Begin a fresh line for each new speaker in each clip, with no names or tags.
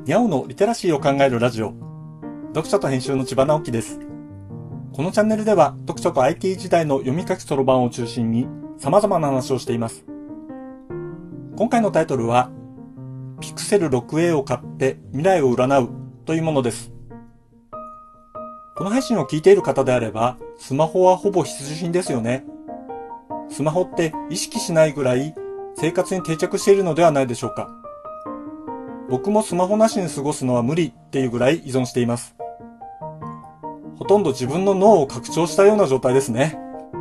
にゃおのリテラシーを考えるラジオ、読書と編集の千葉直樹です。このチャンネルでは読書と IT 時代の読み書きそろばんを中心に様々な話をしています。今回のタイトルは Pixel 6a を買って未来を占うというものです。この配信を聞いている方であれば、スマホはほぼ必需品ですよね。スマホって意識しないぐらい生活に定着しているのではないでしょうか。僕もスマホなしに過ごすのは無理っていうぐらい依存しています。ほとんど自分の脳を拡張したような状態ですね。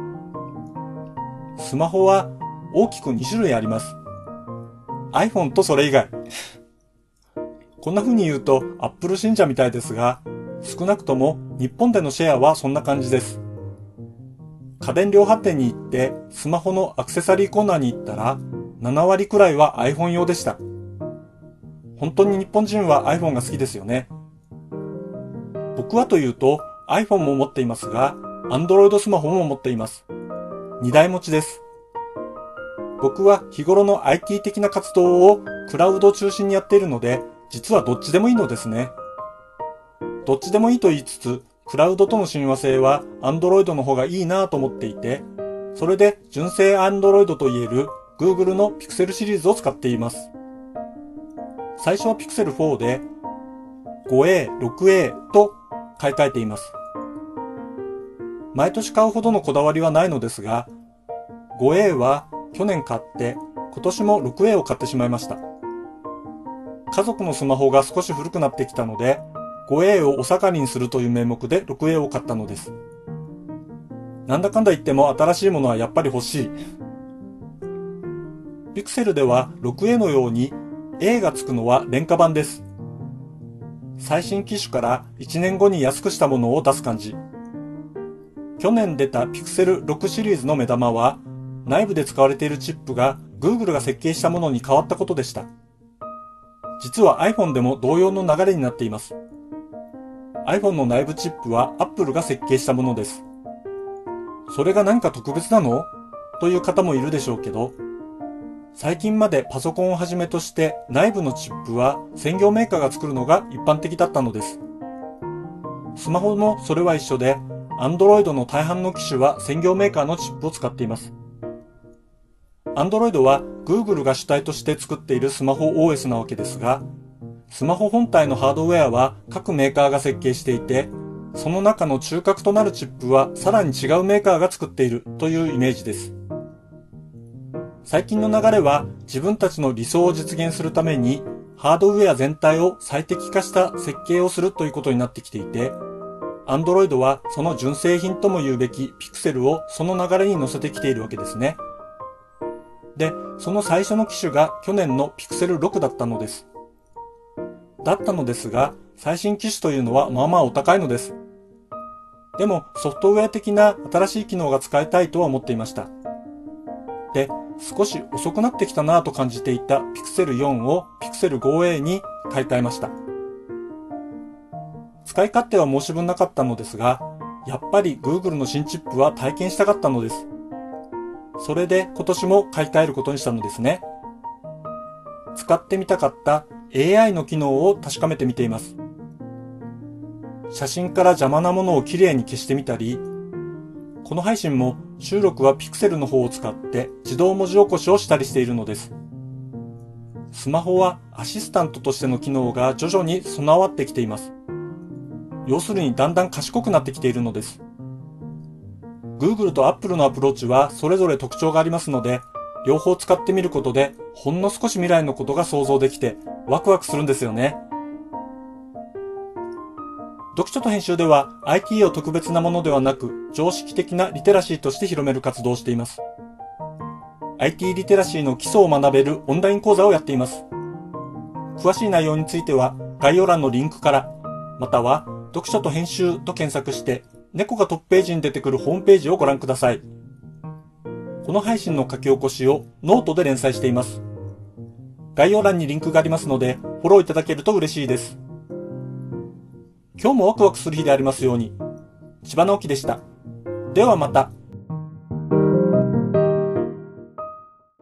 スマホは大きく2種類あります。iPhone とそれ以外。こんな風に言うと Apple 信者みたいですが、少なくとも日本でのシェアはそんな感じです。家電量販店に行ってスマホのアクセサリーコーナーに行ったら7割くらいは iPhone 用でした。本当に日本人は iPhone が好きですよね。僕はというと iPhone も持っていますが Android スマホも持っています。2台持ちです。僕は日頃の IT 的な活動をクラウド中心にやっているので、実はどっちでもいいのですね。どっちでもいいと言いつつ、クラウドとの親和性は Android の方がいいなぁと思っていて、それで純正 Android と言える Google の Pixel シリーズを使っています。最初は Pixel 4で 5A、6A と買い替えています。毎年買うほどのこだわりはないのですが、5A は去年買って今年も 6A を買ってしまいました。家族のスマホが少し古くなってきたので、5A をお下がりにするという名目で 6A を買ったのです。なんだかんだ言っても新しいものはやっぱり欲しい。Pixel では 6A のようにA がつくのは廉価版です。最新機種から1年後に安くしたものを出す感じ。去年出た Pixel 6シリーズの目玉は、内部で使われているチップが Google が設計したものに変わったことでした。実は iPhone でも同様の流れになっています。iPhone の内部チップは Apple が設計したものです。それが何か特別なの？という方もいるでしょうけど、最近までパソコンをはじめとして内部のチップは専業メーカーが作るのが一般的だったのです。スマホもそれは一緒で、Android の大半の機種は専業メーカーのチップを使っています。Android は Google が主体として作っているスマホ OS なわけですが、スマホ本体のハードウェアは各メーカーが設計していて、その中の中核となるチップはさらに違うメーカーが作っているというイメージです。最近の流れは自分たちの理想を実現するためにハードウェア全体を最適化した設計をするということになってきていて、Android はその純正品とも言うべき Pixel をその流れに乗せてきているわけですね。で、その最初の機種が去年の Pixel 6だったのです。が、最新機種というのはまあまあお高いのです。でもソフトウェア的な新しい機能が使いたいとは思っていました。で、少し遅くなってきたなぁと感じていた Pixel 4を Pixel 5a に買い替えました。使い勝手は申し分なかったのですが、やっぱり Google の新チップは体験したかったのです。それで今年も買い替えることにしたのですね。使ってみたかった AI の機能を確かめてみています。写真から邪魔なものをきれいに消してみたり、この配信も収録は Pixel の方を使って自動文字起こしをしたりしているのです。スマホはアシスタントとしての機能が徐々に備わってきています。要するにだんだん賢くなってきているのです。Google と Apple のアプローチはそれぞれ特徴がありますので、両方使ってみることでほんの少し未来のことが想像できてワクワクするんですよね。読書と編集では IT を特別なものではなく常識的なリテラシーとして広める活動をしています。IT リテラシーの基礎を学べるオンライン講座をやっています。詳しい内容については概要欄のリンクから、または読書と編集と検索して猫がトップページに出てくるホームページをご覧ください。この配信の書き起こしをノートで連載しています。概要欄にリンクがありますのでフォローいただけると嬉しいです。今日もワクワクする日でありますように。千葉直樹でした。ではまた。